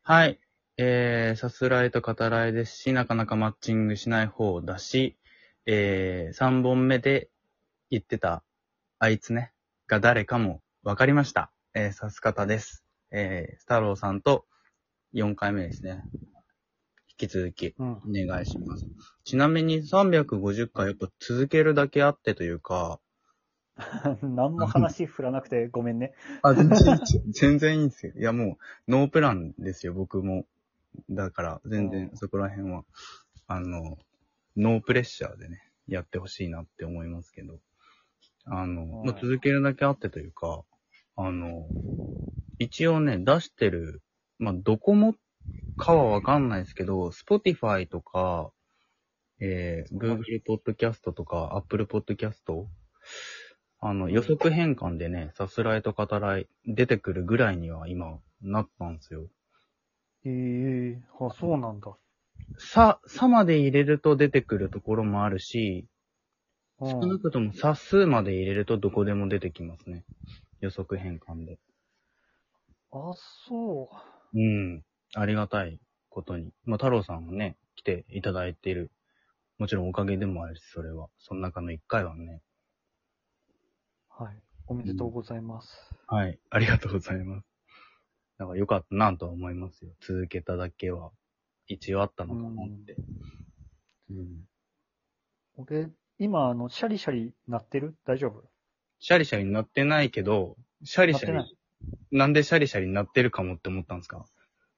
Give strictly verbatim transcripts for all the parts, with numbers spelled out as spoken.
はい。えー、さすらいと語らいですし、なかなかマッチングしない方だし、えー、さんぼんめで言ってた、あいつね、が誰かもわかりました。えー、さす方です。えー、スタローさんとよんかいめですね。引き続き、 うん。 お願いします。ちなみにさんびゃくごじゅっかいやっぱ続けるだけあってというか、 何も話振らなくてごめんね。 あ、全然いいですよ。全然いいんですよ。いやもう、ノープランですよ、僕も。だから、全然そこら辺は、あの、ノープレッシャーでね、やってほしいなって思いますけど、あの、まあ、 うん。 続けるだけあってというか、あの、一応ね、出してる、まあ、どこもかはわかんないですけど、Spotify とか、えー、 はい。 Google Podcast とか Apple Podcast、あの、予うん。 測変換でね、さすらいと語らい出てくるぐらいには今、なったんですよ。 ええー、あ、そうなんだ。 さ、さまで入れると出てくるところもあるし、 うん。 少なくとも差数まで入れるとどこでも出てきますね。予測変換で。 あ、そうん。ありがたいことに。まあ、太郎さんがね、来ていただいている。もちろんおかげでもあるし、それは。その中の一回はね。 う。はい。おめうん。 でとうございます。 はい。ありがとうございます。だから良かったなとは思いますよ。続けただけは、一応あったうのかなっん。 て。うん。 俺、今、あの、シャリシャリ鳴ってる大丈夫？ シャリシャリになってないけど、シャリシャリ、 鳴ってない。 なんでシャリシャリになってるかもって思ったんですか？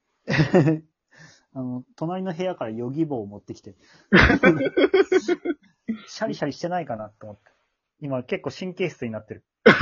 あの、隣の部屋からヨギ棒を持ってきて、シャリシャリしてないかなと思って。今結構神経質になってる。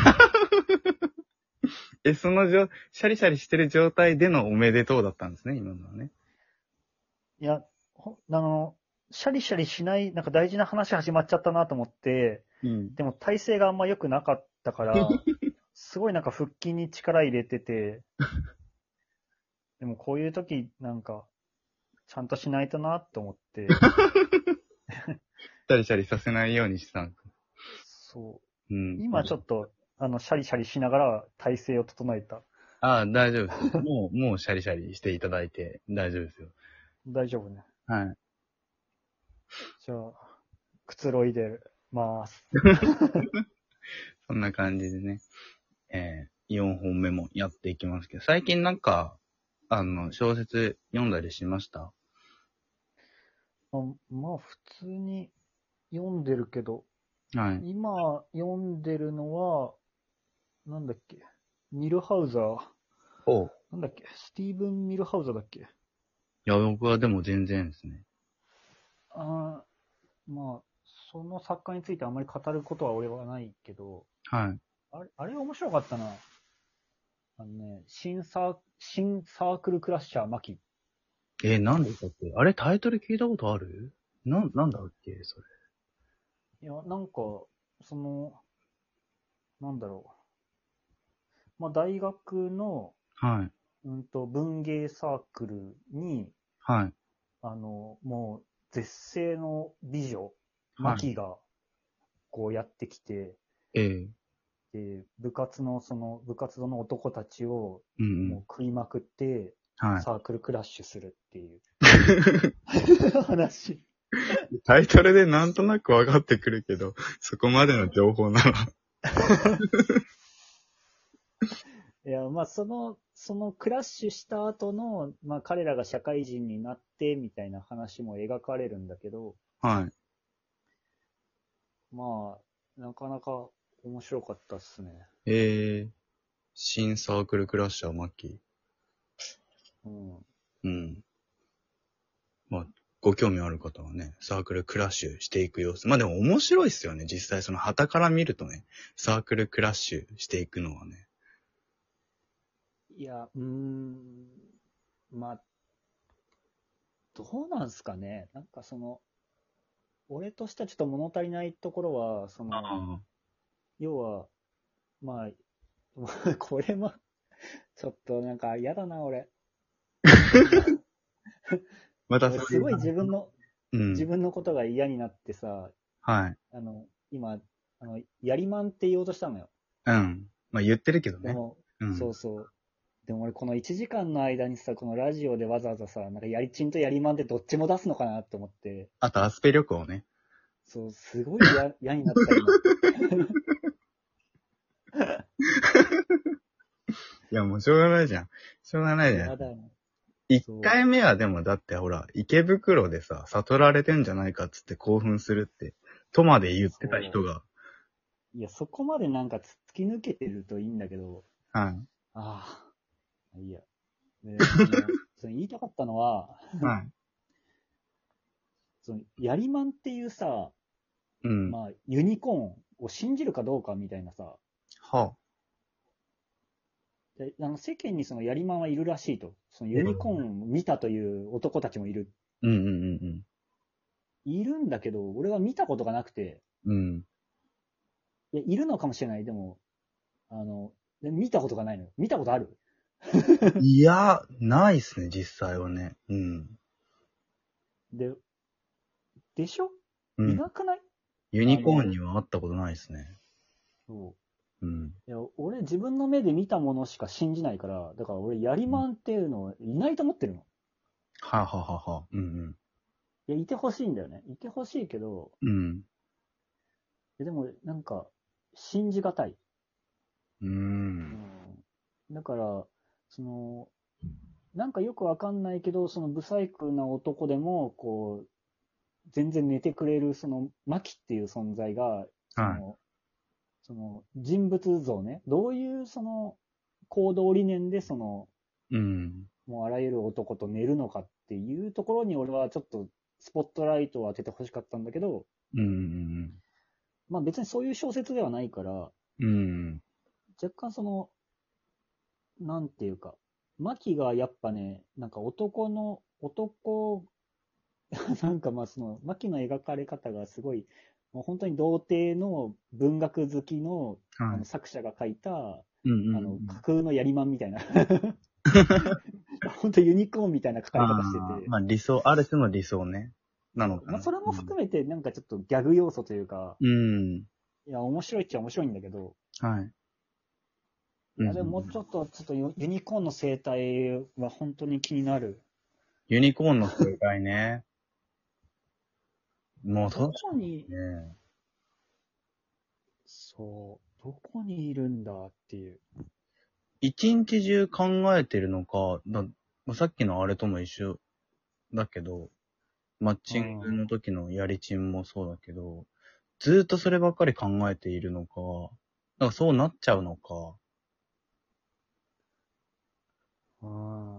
え、そのじょ、シャリシャリしてる状態でのおめでとうだったんですね、今のはね。 いや、ほあの、シャリシャリしない、なんか大事な話始まっちゃったなと思って、 うん。 でも体勢があんま良くなかったから、すごいなんか腹筋に力入れてて、でもこういう時なんかちゃんとしないとなって思って、 シャリシャリさせないようにしたんです。 そう。 うん。 今ちょっと、あの、シャリシャリしながら体勢を整えた。 ああ、大丈夫です。もう、もうシャリシャリしていただいて大丈夫ですよ。 大丈夫ね。 はい。 じゃあ、くつろいでます。 そんな感じでね、えー、よんほんめもやっていきますけど、最近なんか、あの、小説読んだりしました？ あまあ、普通に読んでるけど、 はい。 今読んでるのは、なんだっけ、ミルハウザー。 おう。 なんだっけ、スティーブン・ミルハウザーだっけ。 いや、僕はでも全然ですね。 あーまあ、その作家についてあまり語ることは俺はないけど、 はい。 あれ、あれ面白かったな。あのね、新サー、新サークルクラッシャーマキ。 えー、なんでしたっけ？あれ、タイトル聞いたことある？な、なんだっけそれ。 いや、なんか、その、なんだろう。まあ、大学の、 はい。 うんと、文芸サークルに、 はい。 あの、もう、絶世の美女、マはい。 キが、こうやってきて、 ええで、部活の、その、部活動の男たちを、 うんうん。 もう食いまくって、 はい。 サークルクラッシュするっていう話。 タイトルでなんとなく分かってくるけど、そこまでの情報なら。 いや、まあ、その、そのクラッシュした後の、まあ、彼らが社会人になって、みたいな話も描かれるんだけど、 はい。 まあ、なかなか面白かったっすね。 ええ新サークルクラッシャーマッキー。 うん。 うん。まあ、ご興味ある方はね、サークルクラッシュしていく様子。まあでも面白いっすよね。実際その旗から見るとね、サークルクラッシュしていくのはね。 いや、うーん、まあ、どうなんすかね。なんかその、俺としてはちょっと物足りないところは、その、 あ要は、まあ、これも、ちょっとなんか嫌だな、俺。 また俺すごいそういう話。 自分の、 うん。 自分のことが嫌になってさ、 はい。 あの、今、あの、やりまんって言おうとしたのよ。 うん。まあ言ってるけどね。 でも、 うん。 そうそう。 でも俺このいちじかんの間にさ、このラジオでわざわざさ、なんかやりちんとやりまんでどっちも出すのかなって思って、 あと、アスペ旅行ね。 そう、すごい嫌嫌になった今。 いや、もうしょうがないじゃん。しょうがないじゃん。 嫌だよ。 一そう。 回目はでもだってほら、池袋でさ、悟られてんじゃないかっつって興奮するって、とまで言ってた人が。 いや、そこまでなんか突き抜けてるといいんだけど、 はい。 ああ、いいや。で、その、その言いたかったのは、 はい。 その、やりまんっていうさ、 うん。 まあ、ユニコーンを信じるかどうかみたいなさ、 はであの世間にそのやりまんはいるらしいと。そのユニコーンを見たという男たちもいる。 うんうんうんいるんだけど、俺は見たことがなくて、 うん。うん。 いや、いるのかもしれない。でも、あの、で見たことがないのよ。見たことある？ いや、ないっすね、実際はね。うん。 で、でしょ？ うん。 いなくない？ ユニコーンには会ったことないっすね。 そう。 うん。 いや、俺自分の目で見たものしか信じないから、だから俺やりまんっていうのはいないと思ってるの。 はあ、はあはあはあ、うんいや、いてほしいんだよね。いてほしいけど、 うん。うん。 いやでもなんか、信じがたい。 うー。 うんん。だから、その、なんかよくわかんないけど、そのブサイクな男でも、こう、全然寝てくれる、その、マキっていう存在が、そはの、その、人物像ね、どういうその、行動理念で、その、 い。うん。 もうあらゆる男と寝るのかっていうところに俺はちょっとスポットライトを当ててほしかったんだけど、 うんうんまあ別にそういう小説ではないから、 うん。うん。 若干その、なんていうか、マキがやっぱね、なんか男の、男、なんかまあその、マキの描かれ方がすごい、もう本当に童貞の文学好きの、あはい。 の作者が書いた、 うんうんあの、 うん。 架空のやりまんみたいな本当ユニコーンみたいな書かれ方してああ、 て、 まあ理想、ある種の理想ね。なのそう。 かな。 まあそれもうん。 含めてなんかちょっとギャグ要素というか、 うん。 いや、面白いっちゃ面白いんだけど、 はい。うんうんういや、でももうちょん。 っと、ちょっとユユニコーンの生態は本当に気になる。 ユニコーンの正解ね。もうど確かこに、 にね。 そう、どこにいるんだっていう。 一日中考えてるのか、だ、まあさっきのあれとも一緒だけど、マッチングうん。 の時のやりちんもそうだけど、ずーっとそればっかり考えているのか、なんかそうなっちゃうのか。 うん。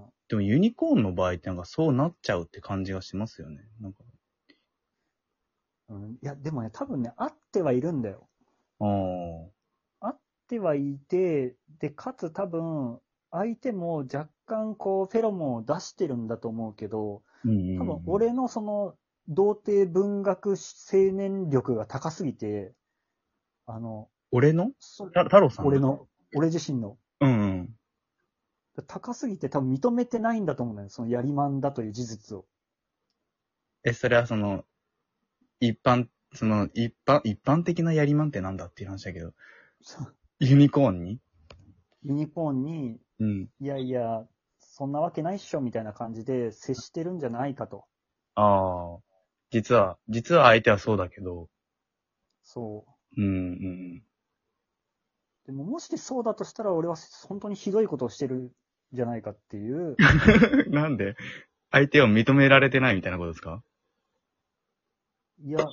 でもユニコーンの場合ってなんかそうなっちゃうって感じがしますよね。なんか。 うん、いや、でもね、多分ね、会ってはいるんだよ。 ああ。 会ってはいて、で、かつ多分、相手も若干こう、フェロモンを出してるんだと思うけど、 うんうん多分うん。 俺のその、童貞文学青年力が高すぎて、あの、 俺のそた、太郎さんの。 俺の、俺自身の、 うんうん。 高すぎて多分認めてないんだと思うんだよ。そのやりまんだという事実を。 え、それはその、一般、その、一般、一般的なやりまんってなんだっていう話だけど、 そうユニコーンに。 ユニコーンに、 うん。 いやいや、そんなわけないっしょみたいな感じで接してるんじゃないかと。 ああ。実は、実は相手はそうだけど、 そうんうんう。でももしそうだとしたら俺は本当にひどいことをしてるんじゃないかっていう。 うん。なんで相手を認められてないみたいなことですか？ いや、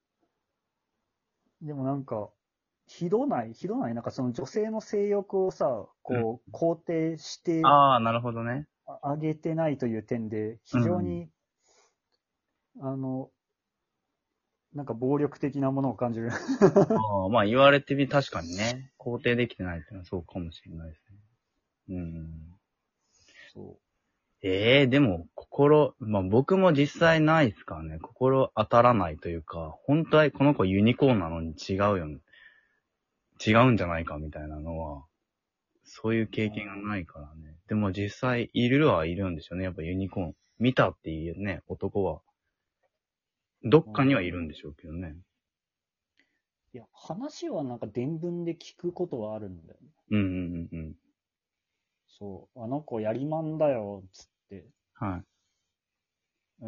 でもなんか、ひどない、ひどない、なんかその女性の性欲をさ、 うん。 こう、肯定してああ、なるほどね。 あげてないという点で、非常うん。 に、あの、なんか暴力的なものを感じる。 ああ、まあ言われてみ、確かにね。肯定できてないっていうのはそうかもしれないですね。うん。 そええでも、心、まあ僕も実際ないですからね。心当たらないというか、本当はこの子ユニコーンなのに違うよね。違うんじゃないかみたいなのは、そういうう。う経験がん、 ないからね。でも実際いるはいるんでしょうね。やっぱユニコーン。見たっていうね、男は。どっうかにはいるん。 んでしょうけどね。 いや、話はなんか伝聞で聞くことはあるんだよね。 うんうんうんそう、あの子やりまんだよ、つって。 はい。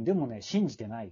でもね、信じてない。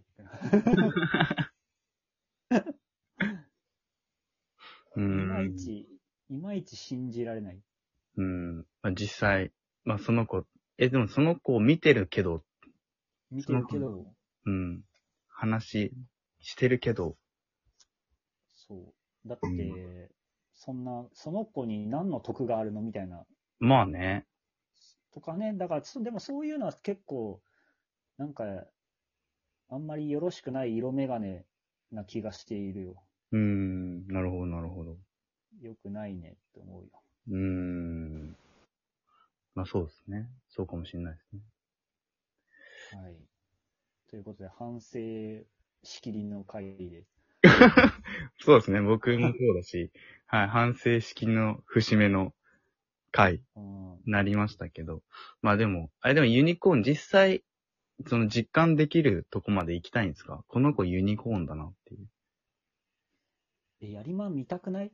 うーいまいん。 ち、いまいち信じられない。 うん。まあ、実際、まあその子、え、でもその子を見てるけど、 見てその子、 るけど、 うん。話してるけど、 そう。だっうん。 て、そんな、その子に何の得があるのみたいな。 まあね。 とかね、だから、そでもそういうのは結構、なんか、あんまりよろしくない色眼鏡な気がしているよ。 うーん。なるほど、なるほど。 よくないねって思うよ。 うーん。まあそうですね。そうかもしれないですね。 はい。ということで、反省しきりの回で。 そうですね。僕もそうだし、はい。反省式の節目の回うん。 になりましたけど。まあでも、あれでもユニコーン実際、その実感できるとこまで行きたいんですか？この子ユニコーンだなっていう。 え、やりまん見たくない？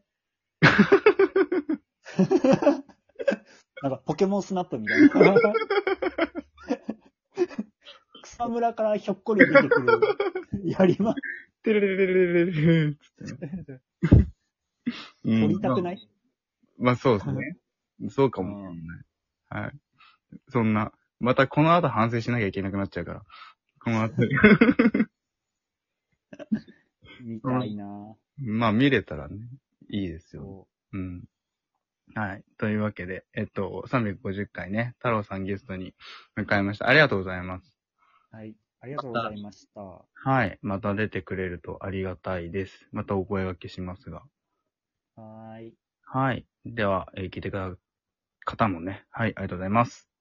なんかポケモンスナップみたいな。草むらからひょっこり出てくる、やりまん。 てれれれれれれれつってね。う掘ん。まあ、 りたくない？ まあそうですね。そうかもしれない。はい。そんな、またこの後反省しなきゃいけなくなっちゃうから。この後。 見たいな。 まあ見れたらね、いいですよ。 そうん。はい。というわけで、えっと、さんびゃくごじゅっかいね、太郎さんゲストに迎えました。ありがとうございます。 う。はい。ありがとうございました。ははい。また出てくれるとありがたいです。またお声掛けしますが。 ーい。 はい。では、えー聞いてくださる方もね、はい、ありがとうございます。